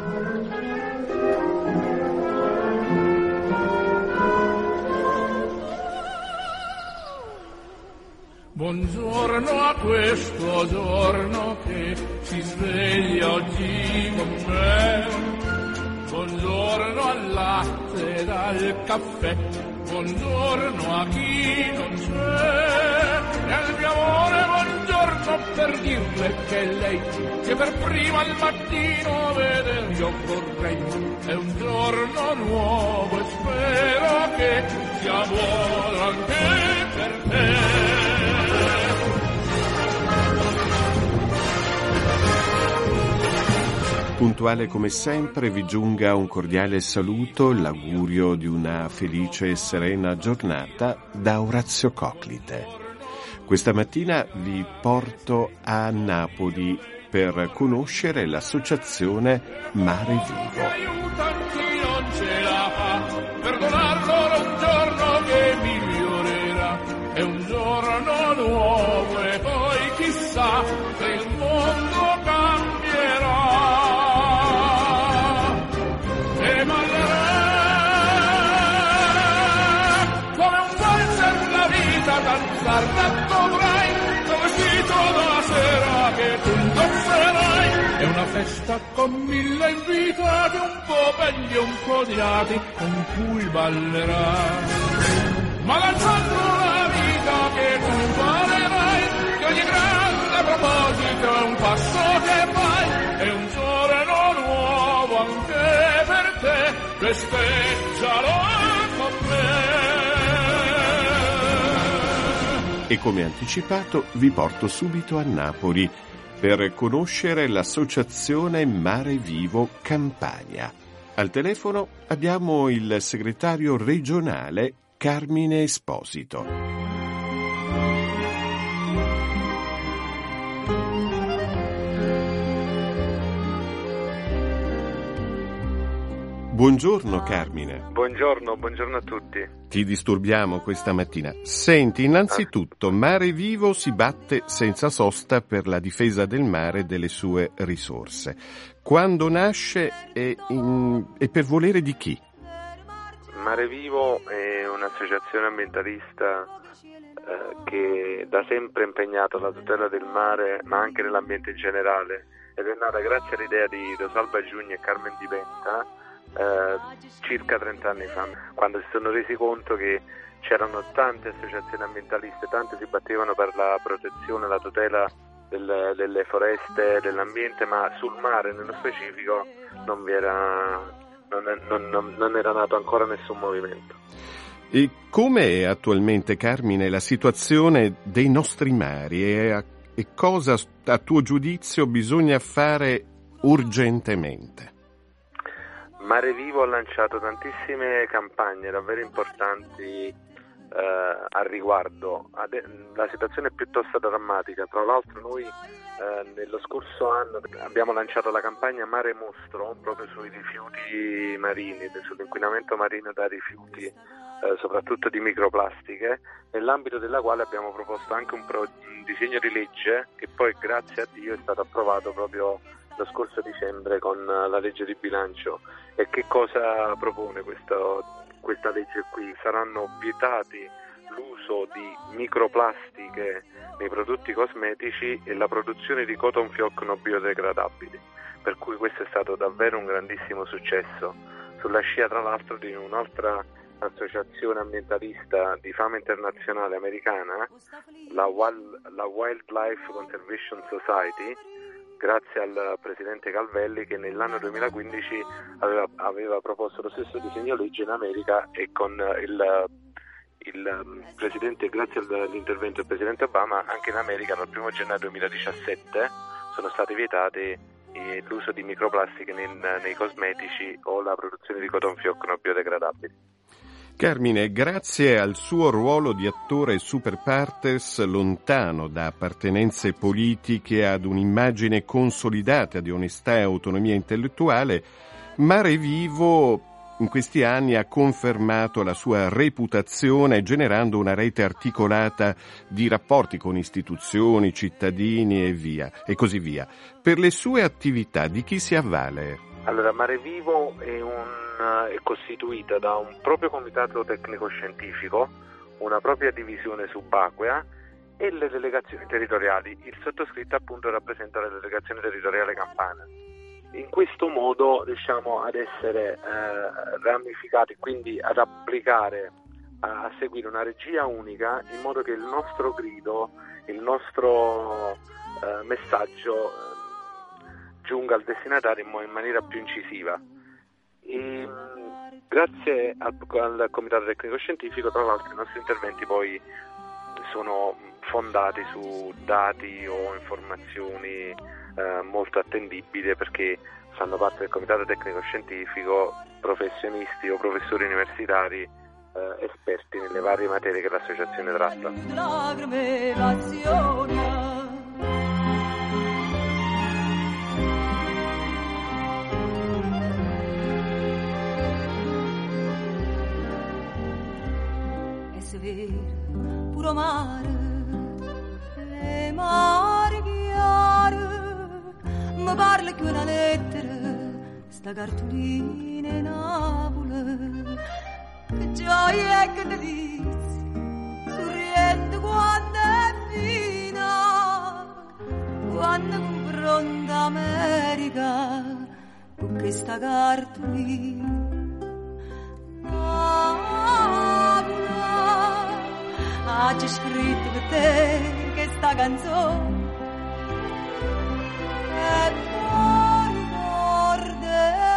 Buongiorno a questo giorno che si sveglia oggi con me. Buongiorno al latte e al caffè. Buongiorno a chi non c'è. E al mio amore buongiorno per dirle che è lei che per prima al mattino veder io vorrei. È un giorno nuovo e spero che sia buono anche per te. Puntuale come sempre vi giunga un cordiale saluto, l'augurio di una felice e serena giornata da Orazio Coclite. Questa mattina vi porto a Napoli per conoscere l'associazione Mare Vivo. Aiuta chi non ce la fa, perdonarlo un giorno che migliorerà, è un giorno nuovo e poi chissà se il mondo cambierà. E ballerà come un valzer la vita, danzar dovrai, vestito da sera che tu indosserai. È una festa con 1000 invitati, un po' belli e un po' odiati, con cui ballerai. Ma lanciando la vita che tu imparerai, che ogni grande proposito è un passo che fai, è un giorno nuovo anche per te, festeggialo con me. E come anticipato vi porto subito a Napoli per conoscere l'associazione Mare Vivo Campania. Al telefono abbiamo il segretario regionale Carmine Esposito. Buongiorno Carmine. Buongiorno a tutti. Ti disturbiamo questa mattina. Senti, innanzitutto, Mare Vivo si batte senza sosta per la difesa del mare e delle sue risorse. Quando nasce e per volere di chi? Mare Vivo è un'associazione ambientalista che da sempre è impegnata alla tutela del mare, ma anche nell'ambiente in generale, ed è nata grazie all'idea di Rosalba Giugni e Carmen Di Penta circa 30 anni fa, quando si sono resi conto che c'erano tante associazioni ambientaliste, tante si battevano per la protezione e la tutela delle foreste, dell'ambiente, ma sul mare nello specifico non era nato ancora nessun movimento. E com'è attualmente, Carmine, la situazione dei nostri mari e cosa, a tuo giudizio, bisogna fare urgentemente? Mare Vivo ha lanciato tantissime campagne davvero importanti al riguardo. La situazione è piuttosto drammatica. Tra l'altro noi nello scorso anno abbiamo lanciato la campagna Mare Mostro proprio sui rifiuti marini, sull'inquinamento marino da rifiuti, soprattutto di microplastiche, nell'ambito della quale abbiamo proposto anche un disegno di legge che poi grazie a Dio è stato approvato proprio lo scorso dicembre con la legge di bilancio. E che cosa propone questa legge qui? Saranno vietati l'uso di microplastiche nei prodotti cosmetici e la produzione di cotton fioc non biodegradabili, per cui questo è stato davvero un grandissimo successo, sulla scia tra l'altro di un'altra associazione ambientalista di fama internazionale americana, la Wildlife Conservation Society, grazie al presidente Calvelli, che nell'anno 2015 aveva proposto lo stesso disegno legge in America, e con il presidente, grazie all'intervento del presidente Obama, anche in America dal 1 gennaio 2017 sono stati vietati l'uso di microplastiche nei cosmetici o la produzione di cotton fioc non biodegradabili. Carmine, grazie al suo ruolo di attore super partes, lontano da appartenenze politiche, ad un'immagine consolidata di onestà e autonomia intellettuale, Mare Vivo in questi anni ha confermato la sua reputazione generando una rete articolata di rapporti con istituzioni, cittadini e così via. Per le sue attività di chi si avvale? Allora, Mare Vivo è costituita da un proprio comitato tecnico-scientifico, una propria divisione subacquea e le delegazioni territoriali. Il sottoscritto appunto rappresenta la delegazione territoriale campana. In questo modo riusciamo ad essere ramificati, quindi ad applicare, a seguire una regia unica, in modo che il nostro grido, il nostro messaggio giunga al destinatario in maniera più incisiva. E, grazie al Comitato Tecnico Scientifico, tra l'altro, i nostri interventi poi sono fondati su dati o informazioni molto attendibili, perché fanno parte del Comitato Tecnico Scientifico professionisti o professori universitari esperti nelle varie materie che l'associazione tratta. Puro mare, le mare chiare, mi parla che una lettera, sta cartolina in Napoli, che gioia e che delizie, sorriente quando è fina, quando confronta America con questa cartolina. C'è scritto per te che sta canzone e poi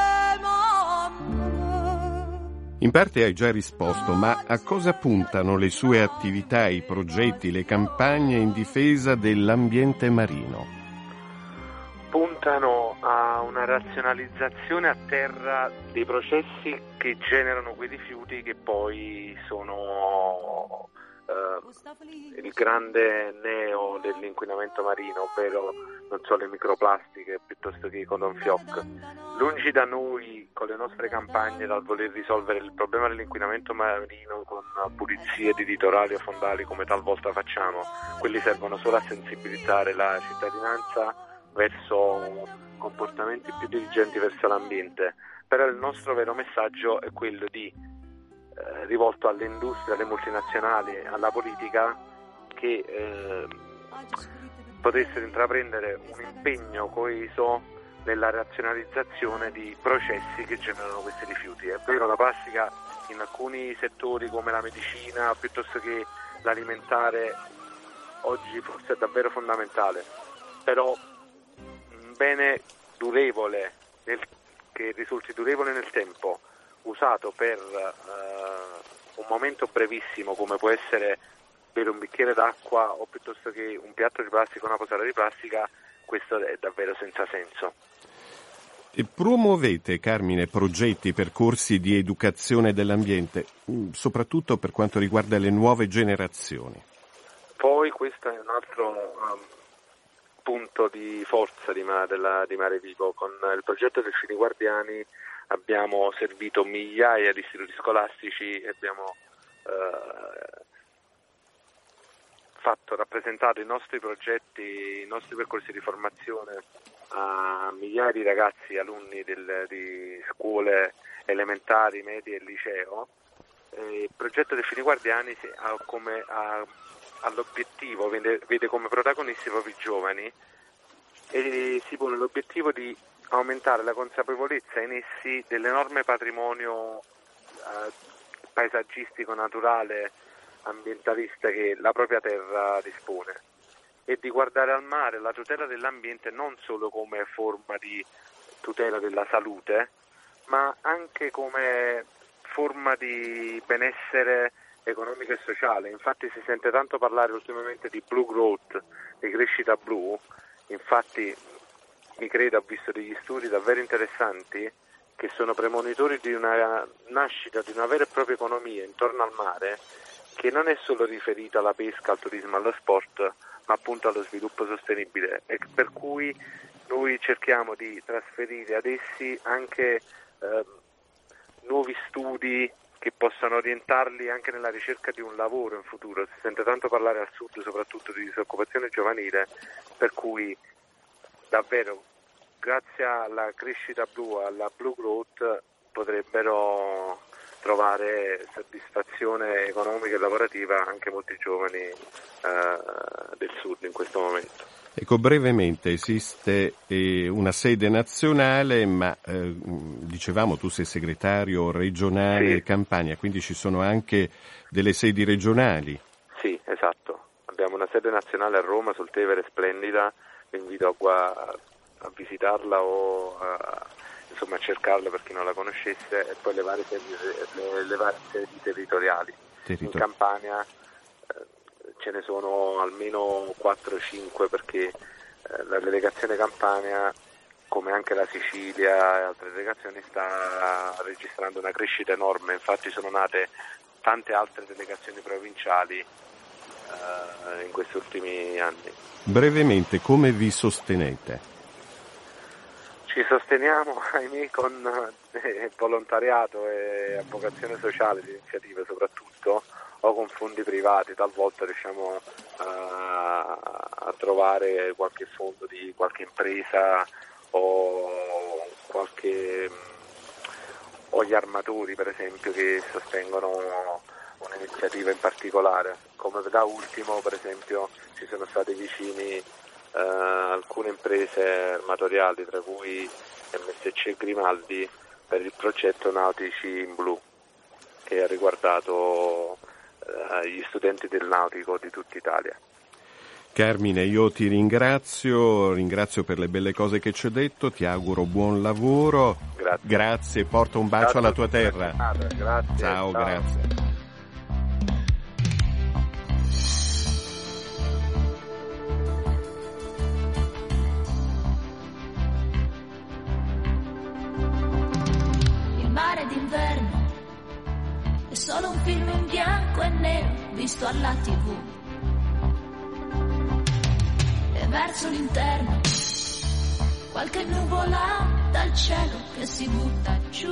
mamma. In parte hai già risposto, ma a cosa puntano le sue attività, i progetti, le campagne in difesa dell'ambiente marino? Puntano a una razionalizzazione a terra dei processi che generano quei rifiuti che poi sono il grande neo dell'inquinamento marino, ovvero non so, le microplastiche piuttosto che i cotton fioc. Lungi da noi, con le nostre campagne, dal voler risolvere il problema dell'inquinamento marino con pulizie di litorali o fondali come talvolta facciamo, quelli servono solo a sensibilizzare la cittadinanza verso comportamenti più dirigenti verso l'ambiente. Però il nostro vero messaggio è quello di rivolto alle industrie, alle multinazionali, alla politica, che potessero intraprendere un impegno coeso nella razionalizzazione di processi che generano questi rifiuti. È vero, la plastica in alcuni settori come la medicina piuttosto che l'alimentare oggi forse è davvero fondamentale, però un bene durevole, che risulti durevole nel tempo, usato per un momento brevissimo, come può essere bere un bicchiere d'acqua o piuttosto che un piatto di plastica o una posata di plastica, questo è davvero senza senso. E promuovete, Carmine, progetti, percorsi di educazione dell'ambiente, soprattutto per quanto riguarda le nuove generazioni? Poi questo è un altro punto di forza di Mare Vivo. Con il progetto dei Fini Guardiani abbiamo servito migliaia di istituti scolastici e abbiamo rappresentato i nostri progetti, i nostri percorsi di formazione a migliaia di ragazzi, alunni di scuole elementari, medie e liceo. Il progetto dei Fini Guardiani all'obiettivo, vede come protagonisti proprio i giovani e si pone l'obiettivo di aumentare la consapevolezza in essi dell'enorme patrimonio paesaggistico, naturale, ambientalista che la propria terra dispone, e di guardare al mare, la tutela dell'ambiente, non solo come forma di tutela della salute, ma anche come forma di benessere economico e sociale. Infatti si sente tanto parlare ultimamente di blue growth, di crescita blu. Infatti mi credo, ho visto degli studi davvero interessanti che sono premonitori di una nascita di una vera e propria economia intorno al mare, che non è solo riferita alla pesca, al turismo, allo sport, ma appunto allo sviluppo sostenibile, e per cui noi cerchiamo di trasferire ad essi anche nuovi studi che possano orientarli anche nella ricerca di un lavoro in futuro. Si sente tanto parlare al sud soprattutto di disoccupazione giovanile, per cui davvero grazie alla crescita blu, alla Blue Growth, potrebbero trovare soddisfazione economica e lavorativa anche molti giovani del sud in questo momento. Ecco, brevemente, esiste una sede nazionale, ma dicevamo tu sei segretario regionale Sì. Campania, quindi ci sono anche delle sedi regionali. Sì, esatto. Abbiamo una sede nazionale a Roma sul Tevere, splendida, vi invito a visitarla o a cercarla per chi non la conoscesse, e poi le varie sedi territoriali. In Campania ce ne sono almeno 4-5, perché la delegazione Campania, come anche la Sicilia e altre delegazioni, sta registrando una crescita enorme. Infatti sono nate tante altre delegazioni provinciali in questi ultimi anni. Brevemente, come vi sostenete? Ci sosteniamo, ahimè, con volontariato e vocazione sociale di iniziative soprattutto, o con fondi privati. Talvolta riusciamo a trovare qualche fondo di qualche impresa o gli armatori, per esempio, che sostengono un'iniziativa in particolare. Come da ultimo, per esempio, ci sono stati vicini alcune imprese armatoriali, tra cui MSC Grimaldi, per il progetto Nautici in Blu, che ha riguardato gli studenti del nautico di tutta Italia. Carmine, io ti ringrazio per le belle cose che ci hai detto, ti auguro buon lavoro. Grazie, porta un bacio alla tua terra. Grazie. Ciao, grazie. Il mare d'inverno è solo un film in bianco e nero visto alla TV. E verso l'interno qualche nuvola dal cielo che si butta giù.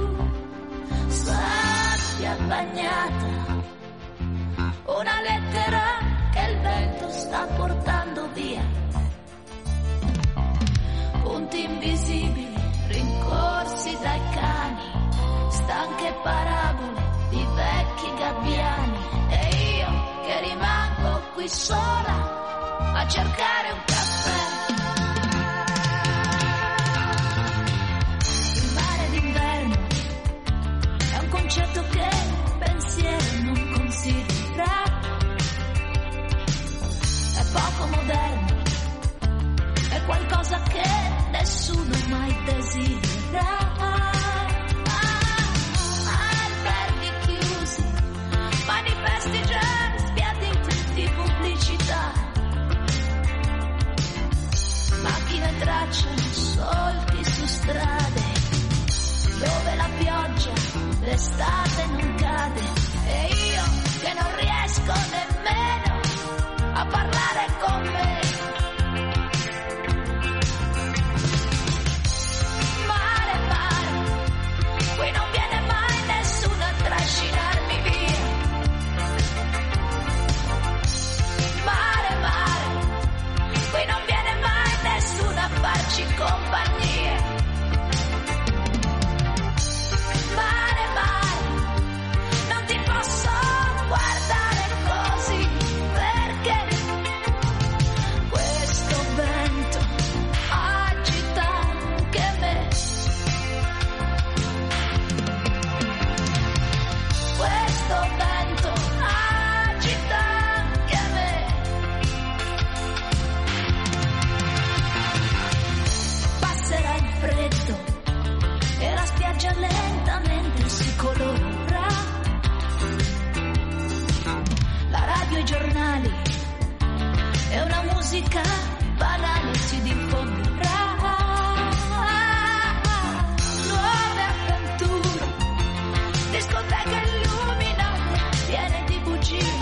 Sabbia bagnata, una lettera che il vento sta portando via. Punti invisibili rincorsi dai cani, stanche parabole di vecchi gabbiani. E io che rimango qui sola a cercare un caffè. Il mare d'inverno è un concetto che il pensiero non considera. È poco moderno, è qualcosa che nessuno mai desidera. Alberghi chiusi, manifesti già sbiaditi di pubblicità. Macchine tracciano solchi su strade dove la pioggia l'estate non cade. E io che non riesco nemmeno a parlare con me. Mare, mare, qui non viene mai nessuno a trascinarmi via. Mare, mare, qui non viene mai nessuno a farci compagnia. Mare, mare, non ti posso guardare così, perché questo vento agita anche me. Questo vento agita anche me. Passerà il freddo e la spiaggia lentamente si colora. La radio e i giornali e una musica banale si diffonderà. Nuove avventure, discoteche illuminate piene di bugie.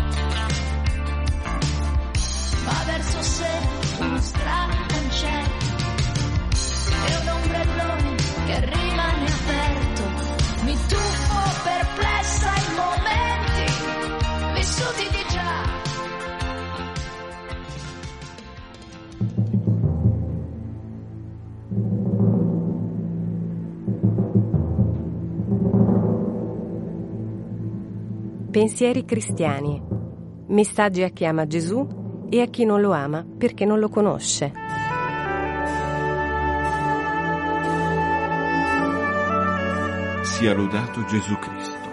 Ma verso sera uno strano concerto e un ombrellone che rimane aperto. Mi tuffo perplessa ai momenti vissuti di già. Pensieri cristiani. Messaggi a chi ama Gesù e a chi non lo ama perché non lo conosce. Sia lodato Gesù Cristo.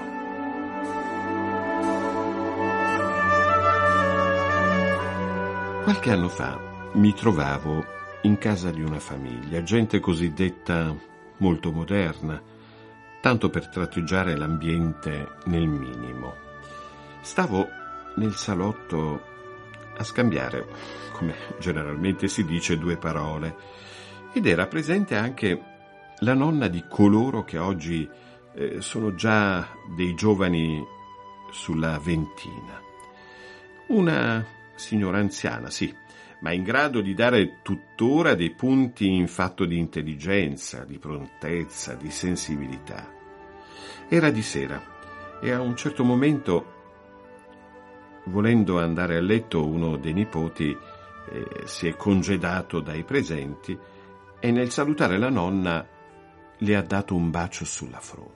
Qualche anno fa mi trovavo in casa di una famiglia, gente cosiddetta molto moderna, tanto per tratteggiare l'ambiente nel minimo. Stavo nel salotto a scambiare, come generalmente si dice, due parole, ed era presente anche la nonna di coloro che oggi sono già dei giovani sulla ventina. Una signora anziana, sì, ma in grado di dare tuttora dei punti in fatto di intelligenza, di prontezza, di sensibilità. Era di sera e a un certo momento, volendo andare a letto, uno dei nipoti si è congedato dai presenti e nel salutare la nonna le ha dato un bacio sulla fronte.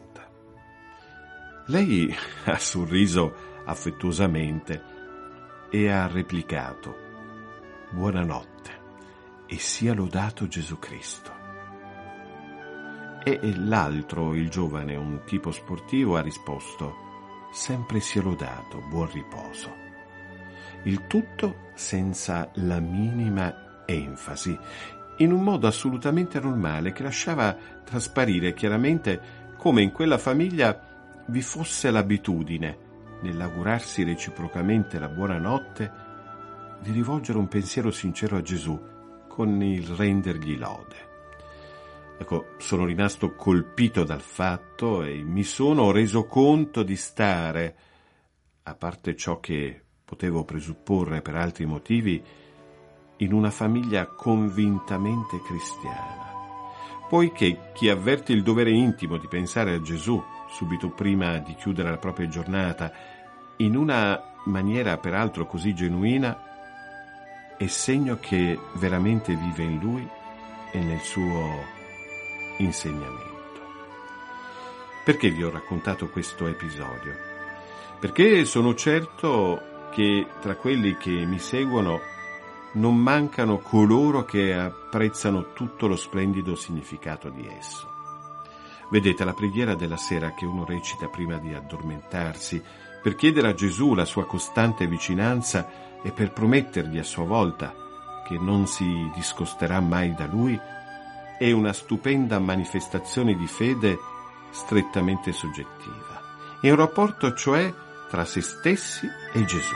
Lei ha sorriso affettuosamente e ha replicato: buonanotte e sia lodato Gesù Cristo. E l'altro, il giovane, un tipo sportivo, ha risposto: sempre sia lodato, buon riposo. Il tutto senza la minima enfasi, in un modo assolutamente normale che lasciava trasparire chiaramente come in quella famiglia vi fosse l'abitudine, nell'augurarsi reciprocamente la buonanotte, di rivolgere un pensiero sincero a Gesù con il rendergli lode. Ecco, sono rimasto colpito dal fatto e mi sono reso conto di stare, a parte ciò che potevo presupporre per altri motivi, in una famiglia convintamente cristiana, poiché chi avverte il dovere intimo di pensare a Gesù subito prima di chiudere la propria giornata, in una maniera peraltro così genuina, è segno che veramente vive in Lui e nel suo insegnamento. Perché vi ho raccontato questo episodio? Perché sono certo che tra quelli che mi seguono non mancano coloro che apprezzano tutto lo splendido significato di esso. Vedete, la preghiera della sera che uno recita prima di addormentarsi per chiedere a Gesù la sua costante vicinanza e per promettergli a sua volta che non si discosterà mai da Lui, è una stupenda manifestazione di fede strettamente soggettiva. È un rapporto, cioè, tra se stessi e Gesù.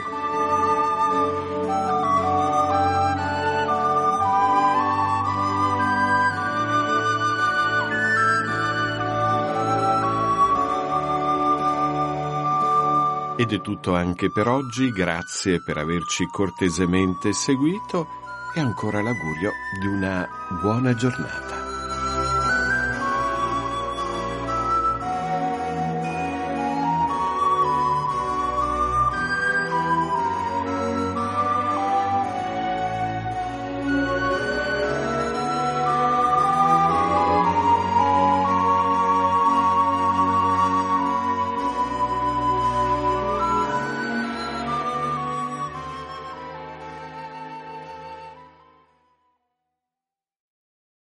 Ed è tutto anche per oggi, grazie per averci cortesemente seguito e ancora l'augurio di una buona giornata.